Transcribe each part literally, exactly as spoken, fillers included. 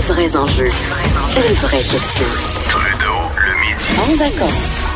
vrais enjeux, les vraies questions. Trudeau, le midi. En vacances.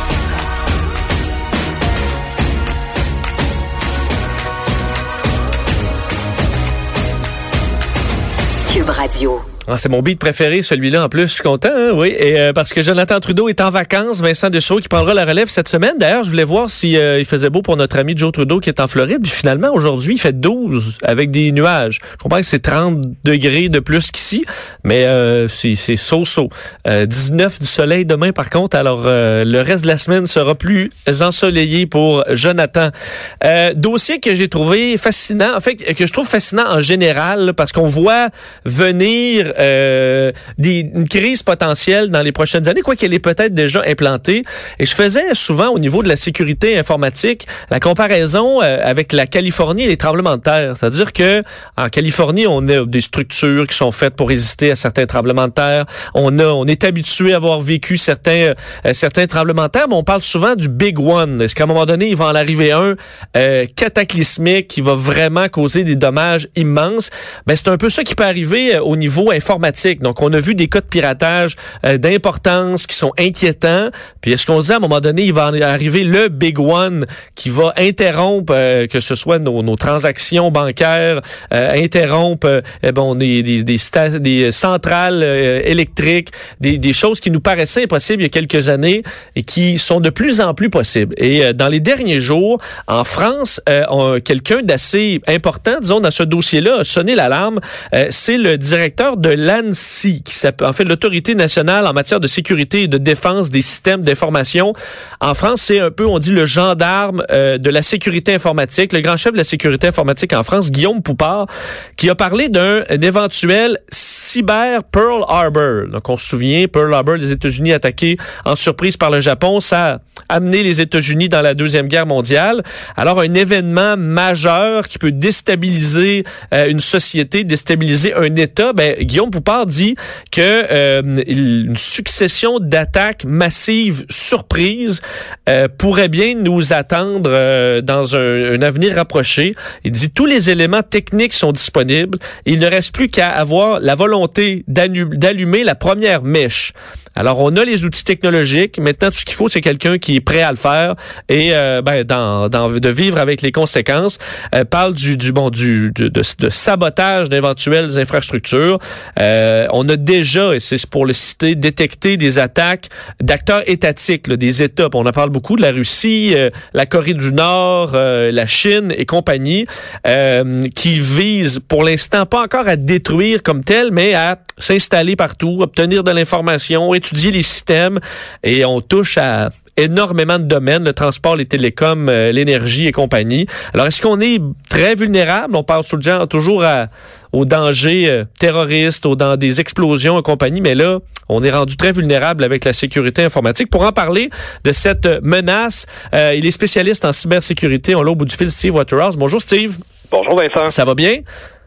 Cube Radio. Ah, c'est mon beat préféré, celui-là en plus. Je suis content, hein? Oui. Et euh, parce que Jonathan Trudeau est en vacances, Vincent Dessureau qui prendra la relève cette semaine. D'ailleurs, je voulais voir si euh, il faisait beau pour notre ami Joe Trudeau qui est en Floride. Puis finalement, aujourd'hui, il fait douze avec des nuages. Je comprends que c'est trente degrés de plus qu'ici, mais euh, c'est, c'est so-so. Euh, dix-neuf du soleil demain, par contre. Alors, euh, le reste de la semaine sera plus ensoleillé pour Jonathan. Euh, dossier que j'ai trouvé fascinant, en fait, que je trouve fascinant en général, parce qu'on voit venir Euh, des, une crise potentielle dans les prochaines années, quoi qu'elle est peut-être déjà implantée. Et je faisais souvent au niveau de la sécurité informatique la comparaison euh, avec la Californie et les tremblements de terre. C'est-à-dire que en Californie, on a des structures qui sont faites pour résister à certains tremblements de terre. On a, on est habitué à avoir vécu certains, euh, certains tremblements de terre, mais on parle souvent du big one. Est-ce qu'à un moment donné, il va en arriver un euh, cataclysmique qui va vraiment causer des dommages immenses? Ben, c'est un peu ça qui peut arriver euh, au niveau informatique. Donc, on a vu des cas de piratage euh, d'importance qui sont inquiétants. Puis, est-ce qu'on se dit, à un moment donné, il va arriver le big one qui va interrompre, euh, que ce soit nos, nos transactions bancaires, euh, interrompre euh, bon, des, des, des, sta- des centrales euh, électriques, des, des choses qui nous paraissaient impossibles il y a quelques années et qui sont de plus en plus possibles. Et euh, dans les derniers jours, en France, euh, on, quelqu'un d'assez important, disons, dans ce dossier-là, a sonné l'alarme. Euh, c'est le directeur de l'ANSSI, qui s'appelle, en fait, l'Autorité nationale en matière de sécurité et de défense des systèmes d'information. En France, c'est un peu, on dit, le gendarme euh, de la sécurité informatique, le grand chef de la sécurité informatique en France, Guillaume Poupard, qui a parlé d'un, d'un éventuel cyber Pearl Harbor. Donc, on se souvient, Pearl Harbor, les États-Unis attaqués en surprise par le Japon, ça a amené les États-Unis dans la Deuxième Guerre mondiale. Alors, un événement majeur qui peut déstabiliser euh, une société, déstabiliser un État, ben, Guillaume Poupard dit que euh, une succession d'attaques massives surprises euh, pourrait bien nous attendre euh, dans un, un avenir rapproché. Il dit tous les éléments techniques sont disponibles. Il ne reste plus qu'à avoir la volonté d'allumer la première mèche. Alors, on a les outils technologiques. Maintenant, tout ce qu'il faut, c'est quelqu'un qui est prêt à le faire et euh, ben, dans, dans, de vivre avec les conséquences. Euh, parle du, du bon du de, de, de sabotage d'éventuelles infrastructures. Euh, on a déjà, et c'est pour le citer, détecté des attaques d'acteurs étatiques, là, des États. On en parle beaucoup de la Russie, euh, la Corée du Nord, euh, la Chine et compagnie, euh, qui visent pour l'instant pas encore à détruire comme tel, mais à s'installer partout, obtenir de l'information, étudier les systèmes, et on touche à énormément de domaines, le transport, les télécoms, euh, l'énergie et compagnie. Alors, est-ce qu'on est très vulnérable? On parle toujours à, aux dangers euh, terroristes, aux, dans des explosions et compagnie, mais là, on est rendu très vulnérable avec la sécurité informatique. Pour en parler de cette menace, euh, il est spécialiste en cybersécurité. On l'a au bout du fil, Steve Waterhouse. Bonjour, Steve. Bonjour, Vincent. Ça va bien?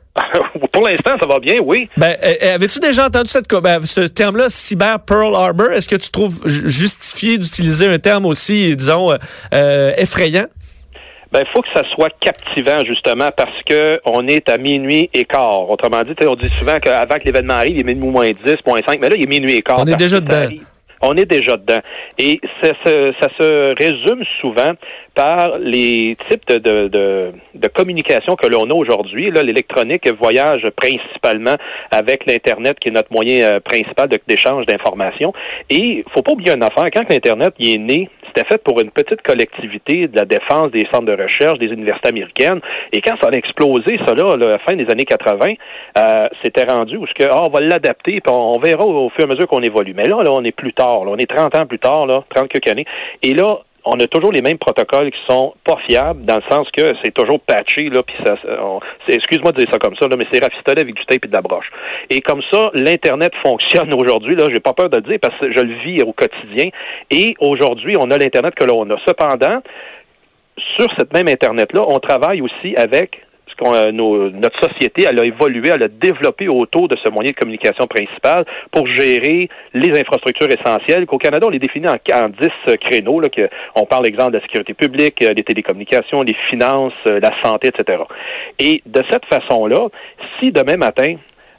Pour l'instant, ça va bien, oui. Ben, euh, avais-tu déjà entendu cette, ben, ce terme-là, cyber Pearl Harbor? Est-ce que tu trouves justifié d'utiliser un terme aussi, disons, euh, effrayant? Ben, il faut que ça soit captivant, justement, parce que on est à minuit et quart. Autrement dit, on dit souvent qu'avant que l'événement arrive, il est minuit moins dix, moins cinq, mais là, il est minuit et quart. On est déjà dedans. On est déjà dedans. Et ça, ça, ça se résume souvent par les types de, de, de, de communication que l'on a aujourd'hui. Là, l'électronique voyage principalement avec l'Internet, qui est notre moyen euh, principal de, d'échange d'informations. Et faut pas oublier une affaire, quand l'Internet il est né, c'était fait pour une petite collectivité de la défense des centres de recherche des universités américaines. Et quand ça a explosé, ça là, à la fin des années quatre-vingts, euh, c'était rendu où ce que, ah, on va l'adapter, puis on, on verra au, au fur et à mesure qu'on évolue. Mais là, là, on est plus tard, là, on est trente ans plus tard, là, trente quelques années. Et là, on a toujours les mêmes protocoles qui sont pas fiables, dans le sens que c'est toujours patché, là, puis ça, on, c'est, excuse-moi de dire ça comme ça, là, mais c'est rafistolé avec du tape et de la broche. Et comme ça, l'Internet fonctionne aujourd'hui, là, j'ai pas peur de le dire parce que je le vis au quotidien. Et aujourd'hui, on a l'Internet que l'on a. Cependant, sur cette même Internet-là, on travaille aussi avec qu'on, nos, notre société, elle a évolué, elle a développé autour de ce moyen de communication principal pour gérer les infrastructures essentielles, qu'au Canada, on les définit en, en dix créneaux, là, que, on parle, exemple, de la sécurité publique, les télécommunications, les finances, la santé, et cetera. Et de cette façon-là, si demain matin,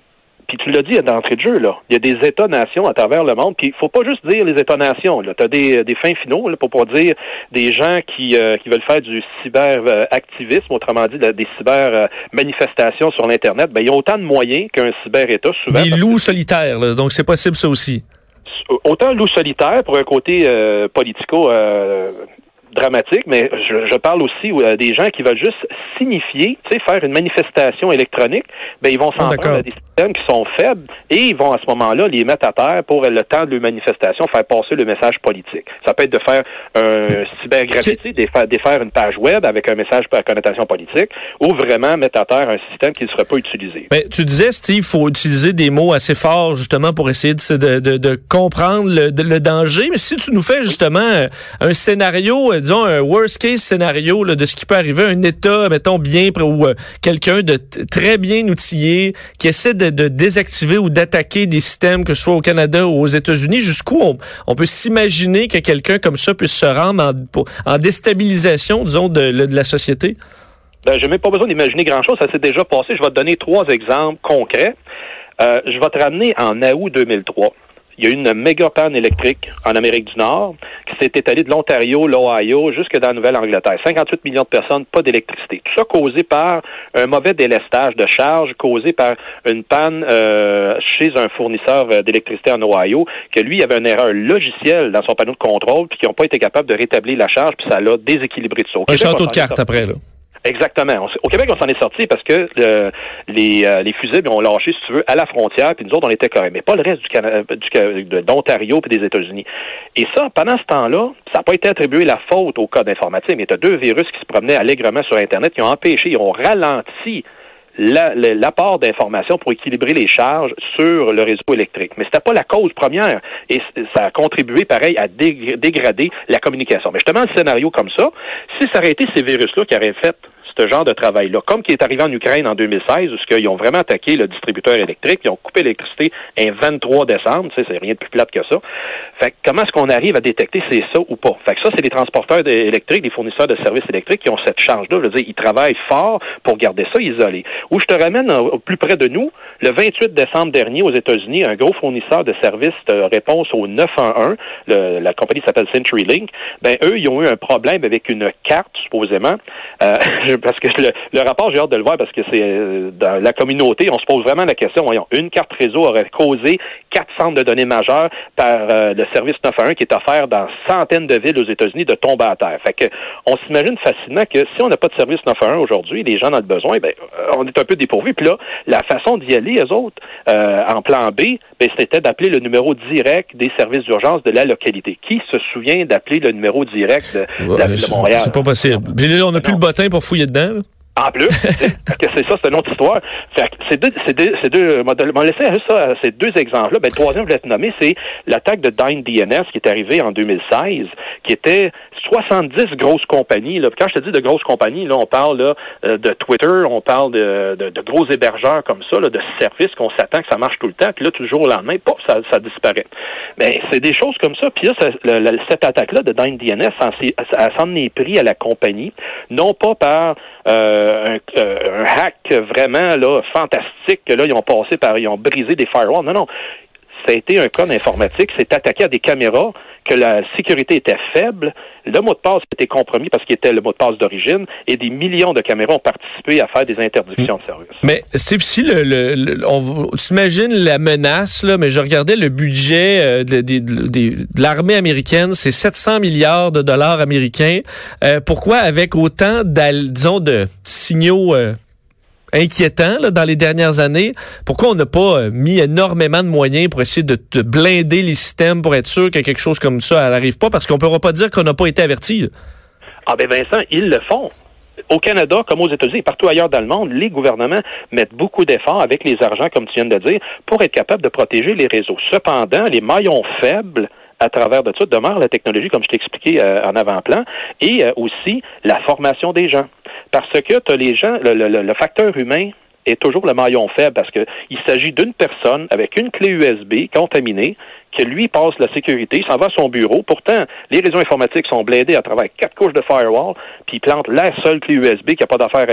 puis tu l'as dit d'entrée de jeu, là, il y a des États-nations à travers le monde, puis il faut pas juste dire les États-nations. Tu as des, des fins finaux, là, pour pas dire des gens qui, euh, qui veulent faire du cyber-activisme, autrement dit, des cyber-manifestations sur l'Internet. Ben, ils ont autant de moyens qu'un cyber-État, souvent. Des loups solitaires, là, donc c'est possible ça aussi. Autant loup solitaire pour un côté euh, politico... Euh, dramatique, mais je, je parle aussi euh, des gens qui veulent juste signifier, tu sais, faire une manifestation électronique, ben ils vont s'en oh, prendre à des systèmes qui sont faibles et ils vont à ce moment-là les mettre à terre pour le temps de leur manifestation, faire passer le message politique. Ça peut être de faire un cybergraffiti, de faire, de faire une page web avec un message à connotation politique, ou vraiment mettre à terre un système qui ne serait pas utilisé. Ben, tu disais, Steve, il faut utiliser des mots assez forts justement pour essayer de, de, de, de comprendre le, de, le danger, mais si tu nous fais justement un scénario, disons, un worst-case scénario là, de ce qui peut arriver à un État, mettons, bien, ou euh, quelqu'un de t- très bien outillé qui essaie de, de désactiver ou d'attaquer des systèmes, que ce soit au Canada ou aux États-Unis, jusqu'où on, on peut s'imaginer que quelqu'un comme ça puisse se rendre en, en déstabilisation, disons, de, de la société? Ben, je n'ai même pas besoin d'imaginer grand-chose, ça s'est déjà passé. Je vais te donner trois exemples concrets. Euh, je vais te ramener en août deux mille trois. Il y a eu une méga panne électrique en Amérique du Nord qui s'est étalée de l'Ontario, l'Ohio, jusque dans la Nouvelle-Angleterre. cinquante-huit millions de personnes, pas d'électricité. Tout ça causé par un mauvais délestage de charge, causé par une panne euh, chez un fournisseur d'électricité en Ohio, que lui, il avait une erreur logicielle dans son panneau de contrôle, puis qui n'ont pas été capables de rétablir la charge, puis ça l'a déséquilibré tout ça. Au Un Québec, château de cartes après, là. Exactement. Au Québec, on s'en est sorti parce que euh, les, euh, les fusibles ont lâché, si tu veux, à la frontière, puis nous autres, on était corrects. Mais pas le reste du Canada, du, de, d'Ontario puis des États-Unis. Et ça, pendant ce temps-là, ça n'a pas été attribué la faute au code informatique, mais tu as deux virus qui se promenaient allègrement sur Internet, qui ont empêché, ils ont ralenti La, l'apport d'informations pour équilibrer les charges sur le réseau électrique. Mais c'était pas la cause première et ça a contribué, pareil, à dé- dégrader la communication. Mais justement, le scénario comme ça, si ça aurait été ces virus-là qui auraient fait ce genre de travail-là, comme qui est arrivé en Ukraine en deux mille seize, où ils ont vraiment attaqué le distributeur électrique, ils ont coupé l'électricité un vingt-trois décembre, tu sais, c'est rien de plus plate que ça. Fait que comment est-ce qu'on arrive à détecter si c'est ça ou pas? Fait que ça, c'est les transporteurs électriques, les fournisseurs de services électriques qui ont cette charge-là. Je veux dire, ils travaillent fort pour garder ça isolé. Où je te ramène au plus près de nous, le vingt-huit décembre dernier, aux États-Unis, un gros fournisseur de services de réponse au neuf un un, le, la compagnie s'appelle CenturyLink, ben eux, ils ont eu un problème avec une carte, supposément, euh, parce que le, le rapport, j'ai hâte de le voir parce que c'est euh, dans la communauté, on se pose vraiment la question, voyons, une carte réseau aurait causé quatre centres de données majeurs par euh, le service neuf un un qui est offert dans centaines de villes aux États-Unis de tomber à terre. Fait que on s'imagine facilement que si on n'a pas de service neuf un un aujourd'hui, les gens dans le besoin, ben on est un peu dépourvus. Puis là, la façon d'y aller, eux autres, euh, en plan B, ben c'était d'appeler le numéro direct des services d'urgence de la localité. Qui se souvient d'appeler le numéro direct de, ouais, de la ville de Montréal? C'est pas possible. Puis là, on n'a plus le bottin pour fouiller dedans, là. En plus, que c'est ça, c'est une autre histoire. Fait que c'est deux, c'est deux, c'est deux, m'en laisser juste ça, ces deux exemples-là. Ben, le troisième, je voulais te nommer, c'est l'attaque de Dyn D N S qui est arrivée en deux mille seize, qui était soixante-dix grosses compagnies. Là. Quand je te dis de grosses compagnies, là, on parle là, de Twitter, on parle de, de, de gros hébergeurs comme ça, là, de services qu'on s'attend que ça marche tout le temps, puis là, tout le jour au lendemain, pop, ça, ça disparaît. Mais c'est des choses comme ça. Puis là, ça, le, le, cette attaque-là de Dyn D N S, elle s'en est pris à la compagnie, non pas par euh, un, euh, un hack vraiment là fantastique, que là, ils ont passé par, ils ont brisé des firewalls. Non, non. Ça a été un cas d'informatique, c'est attaqué à des caméras, que la sécurité était faible, le mot de passe était compromis parce qu'il était le mot de passe d'origine, et des millions de caméras ont participé à faire des interdictions de service. Mais c'est aussi le, le, le on s'imagine la menace là, mais je regardais le budget euh, de, de, de, de, de l'armée américaine, c'est sept cents milliards de dollars américains. Euh, pourquoi avec autant disons de signaux euh, inquiétant là, dans les dernières années. Pourquoi on n'a pas euh, mis énormément de moyens pour essayer de, de blinder les systèmes pour être sûr que quelque chose comme ça n'arrive pas? Parce qu'on ne pourra pas dire qu'on n'a pas été averti. Là. Ah ben Vincent, ils le font. Au Canada, comme aux États-Unis et partout ailleurs dans le monde, les gouvernements mettent beaucoup d'efforts avec les argents, comme tu viens de dire, pour être capables de protéger les réseaux. Cependant, les maillons faibles à travers de ça demeure la technologie, comme je t'ai expliqué euh, en avant-plan, et euh, aussi la formation des gens. Parce que tu as les gens, le, le, le facteur humain est toujours le maillon faible, parce que il s'agit d'une personne avec une clé U S B contaminée, que lui passe la sécurité, il s'en va à son bureau. Pourtant, les réseaux informatiques sont blindés à travers quatre couches de firewall, puis il plante la seule clé U S B qui n'a pas d'affaire à aller là.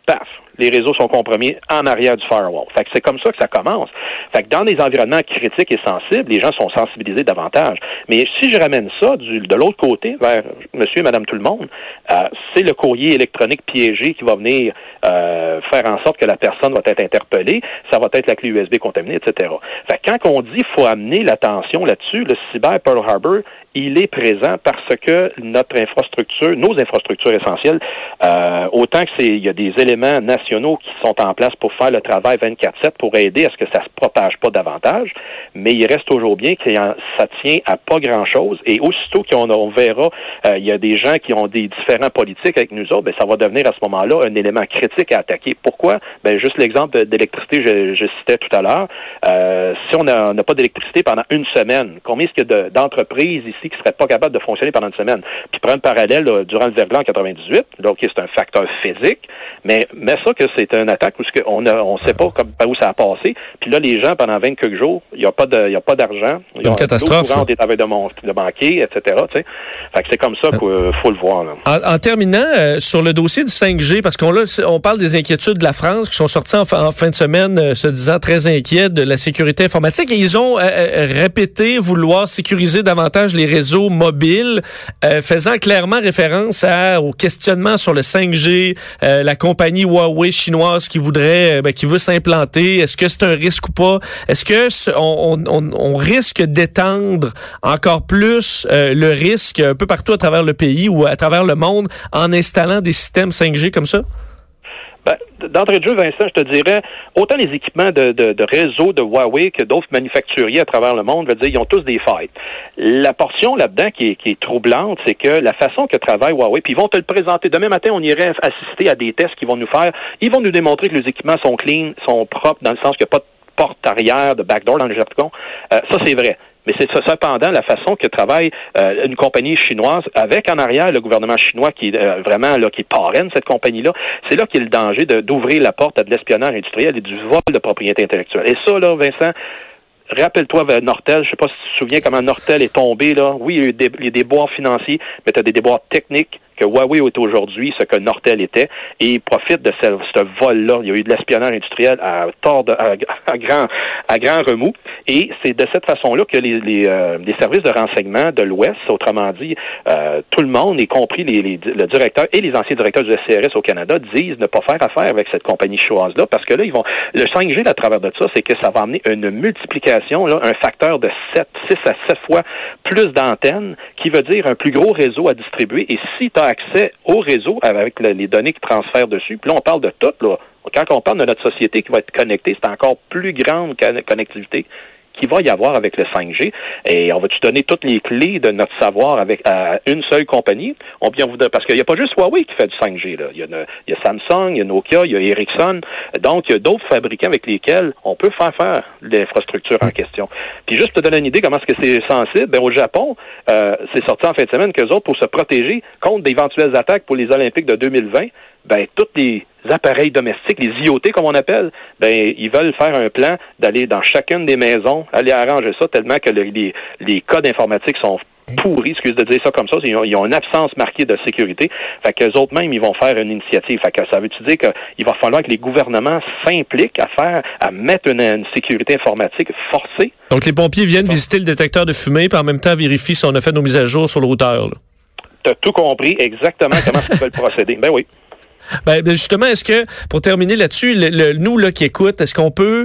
paf, les réseaux sont compromis en arrière du firewall. Fait que c'est comme ça que ça commence. Fait que dans des environnements critiques et sensibles, les gens sont sensibilisés davantage. Mais si je ramène ça du, de l'autre côté, vers monsieur et madame tout le monde, euh, c'est le courrier électronique piégé qui va venir euh, faire en sorte que la personne va être interpellée, ça va être la clé U S B contaminée, et cetera. Fait que quand on dit qu'il faut amener l'attention là-dessus, le cyber Pearl Harbor, il est présent parce que notre infrastructure, nos infrastructures essentielles, euh, autant que c'est, il y a des éléments nationaux qui sont en place pour faire le travail vingt-quatre sept pour aider à ce que ça se propage pas davantage, mais il reste toujours bien que ça tient à pas grand-chose. Et aussitôt qu'on on verra, euh, il y a des gens qui ont des différents politiques avec nous autres, ben ça va devenir à ce moment-là un élément critique à attaquer. Pourquoi? Ben juste l'exemple d'électricité que je, je citais tout à l'heure. Euh, si on n'a pas d'électricité pendant une semaine, combien est-ce qu'il y a de, d'entreprises ici qui seraient pas capables de fonctionner pendant une semaine? Puis prendre un parallèle là, durant le verglas en quatre-vingt-dix-huit, là, OK, c'est un facteur physique, mais mais ça que c'est une attaque où on a, on sait pas comme, par où ça a passé. Puis là, les gens, pendant vingt quelques jours, il n'y a pas de, il y a pas d'argent. Il y a une catastrophe. L'eau courante est en train de, mon, de manquer, et cetera. Tu sais. Fait que c'est comme ça qu'il faut le voir. Là. En, en terminant, euh, sur le dossier du cinq G, parce qu'on là, on parle des inquiétudes de la France qui sont sorties en, en fin de semaine, euh, se disant très inquiets de la sécurité informatique, et ils ont euh, répété vouloir sécuriser davantage les réseaux mobiles, euh, faisant clairement référence à, au questionnement sur le cinq G, euh, la compagnie Huawei chinoise qui voudrait, euh, ben, qui veut s'implanter. Est-ce que c'est un risque ou pas? Est-ce que on, on, on risque d'étendre encore plus euh, le risque un peu partout à travers le pays ou à travers le monde en installant des systèmes cinq G comme ça? Ben, d'entrée de jeu, Vincent, je te dirais, autant les équipements de, de, de réseau de Huawei que d'autres manufacturiers à travers le monde, je veux dire, ils ont tous des failles. La portion là-dedans qui est, qui est troublante, c'est que la façon que travaille Huawei, puis ils vont te le présenter. Demain matin, on irait assister à des tests qu'ils vont nous faire. Ils vont nous démontrer que les équipements sont clean, sont propres, dans le sens qu'il n'y a pas de porte arrière, de backdoor dans le jargon. Euh, ça, c'est vrai. Mais c'est cependant la façon que travaille euh, une compagnie chinoise avec en arrière le gouvernement chinois qui est euh, vraiment là qui parraine cette compagnie-là. C'est là qu'il y a le danger de, d'ouvrir la porte à de l'espionnage industriel et du vol de propriété intellectuelle. Et ça, là, Vincent, rappelle-toi Nortel, je sais pas si tu te souviens comment Nortel est tombé, là. Oui, il y a eu des, des déboires financiers, mais tu as des déboires techniques que Huawei est aujourd'hui, ce que Nortel était, et il profite de ce, ce vol-là. Il y a eu de l'espionnage industriel à tort de, à, à grand à grand remous, et c'est de cette façon-là que les, les, euh, les services de renseignement de l'Ouest, autrement dit, euh, tout le monde, y compris les, les, le directeur et les anciens directeurs du S C R S au Canada, disent ne pas faire affaire avec cette compagnie chinoise-là, parce que là, ils vont le cinq G, là, à travers de ça, c'est que ça va amener une multiplication, là, un facteur de sept, six à sept fois plus d'antennes, qui veut dire un plus gros réseau à distribuer, et si tu as accès au réseau avec le, les données qui transfèrent dessus. Puis là, on parle de tout, là. Quand on parle de notre société qui va être connectée, c'est encore plus grande connectivité qu'il va y avoir avec le cinq G. Et on va te donner toutes les clés de notre savoir avec à une seule compagnie. On bien vous parce qu'il n'y a pas juste Huawei qui fait du cinq G, là. Il y a, une, il y a Samsung, il y a Nokia, il y a Ericsson. Donc, il y a d'autres fabricants avec lesquels on peut faire faire l'infrastructure en question. Puis juste pour te donner une idée comment est-ce que c'est sensible, ben au Japon, euh, c'est sorti en fin de semaine qu'eux autres, pour se protéger contre d'éventuelles attaques pour les Olympiques de deux mille vingt, ben tous les appareils domestiques, les I O T comme on appelle, ben ils veulent faire un plan d'aller dans chacune des maisons, aller arranger ça tellement que le, les, les codes informatiques sont pourris, excuse de dire ça comme ça, ils ont, ils ont une absence marquée de sécurité. Fait qu'eux autres même, ils vont faire une initiative. Fait que ça veut-tu dire qu'il va falloir que les gouvernements s'impliquent à faire, à mettre une, une sécurité informatique forcée. Donc les pompiers viennent Donc, visiter le détecteur de fumée, puis en même temps vérifient si on a fait nos mises à jour sur le routeur. Tu as tout compris exactement comment ils veulent procéder. Ben oui. Ben, justement, est-ce que, pour terminer là-dessus, le, le, nous là qui écoutent, est-ce qu'on peut,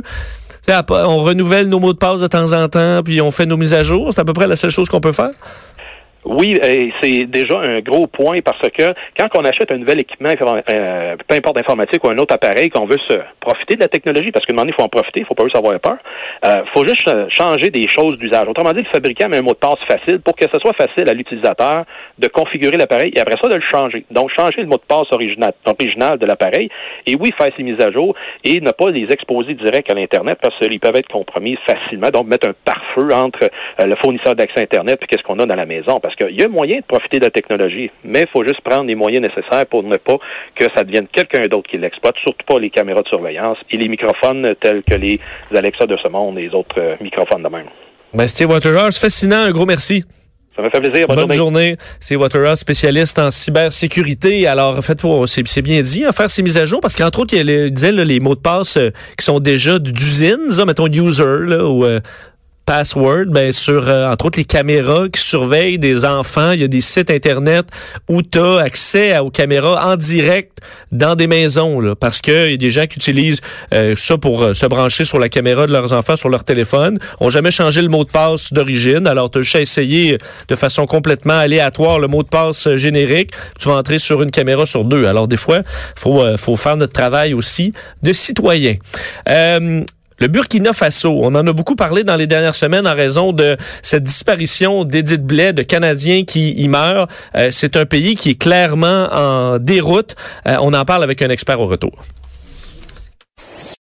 on renouvelle nos mots de passe de temps en temps, puis on fait nos mises à jour? C'est à peu près la seule chose qu'on peut faire? Oui, c'est déjà un gros point parce que quand on achète un nouvel équipement, euh, peu importe informatique ou un autre appareil, qu'on veut se profiter de la technologie, parce qu'à un moment donné, il faut en profiter, il faut pas juste avoir peur, il euh, faut juste changer des choses d'usage. Autrement dit, le fabricant met un mot de passe facile pour que ce soit facile à l'utilisateur de configurer l'appareil et après ça, de le changer. Donc, changer le mot de passe original, original de l'appareil et oui, faire ses mises à jour et ne pas les exposer direct à l'Internet parce qu'ils peuvent être compromis facilement. Donc, mettre un pare-feu entre euh, le fournisseur d'accès Internet et qu'est-ce qu'on a dans la maison. Parce qu'il y a moyen de profiter de la technologie, mais il faut juste prendre les moyens nécessaires pour ne pas que ça devienne quelqu'un d'autre qui l'exploite, surtout pas les caméras de surveillance et les microphones tels que les Alexa de ce monde et les autres euh, microphones de même. Ben, Steve Waterhouse, fascinant, un gros merci. Ça m'a fait plaisir. Bonne, Bonne journée. journée. C'est Waterhouse, spécialiste en cybersécurité. Alors, en fait, faut, c'est, c'est bien dit, hein, faire ces mises à jour, parce qu'entre autres, il, il disait là, les mots de passe euh, qui sont déjà d'usine, disons, mettons user, là, ou euh, password, ben sur, euh, entre autres, les caméras qui surveillent des enfants. Il y a des sites Internet où tu as accès à, aux caméras en direct dans des maisons, là, parce qu'il y a des gens qui utilisent euh, ça pour euh, se brancher sur la caméra de leurs enfants sur leur téléphone, ont jamais changé le mot de passe d'origine. Alors, tu as juste à essayer de façon complètement aléatoire le mot de passe euh, générique. Tu vas entrer sur une caméra sur deux. Alors, des fois, faut, euh, faut faire notre travail aussi de citoyen. Euh, Le Burkina Faso, on en a beaucoup parlé dans les dernières semaines en raison de cette disparition d'Édith Blais, de Canadiens qui y meurent. Euh, c'est un pays qui est clairement en déroute. Euh, on en parle avec un expert au retour.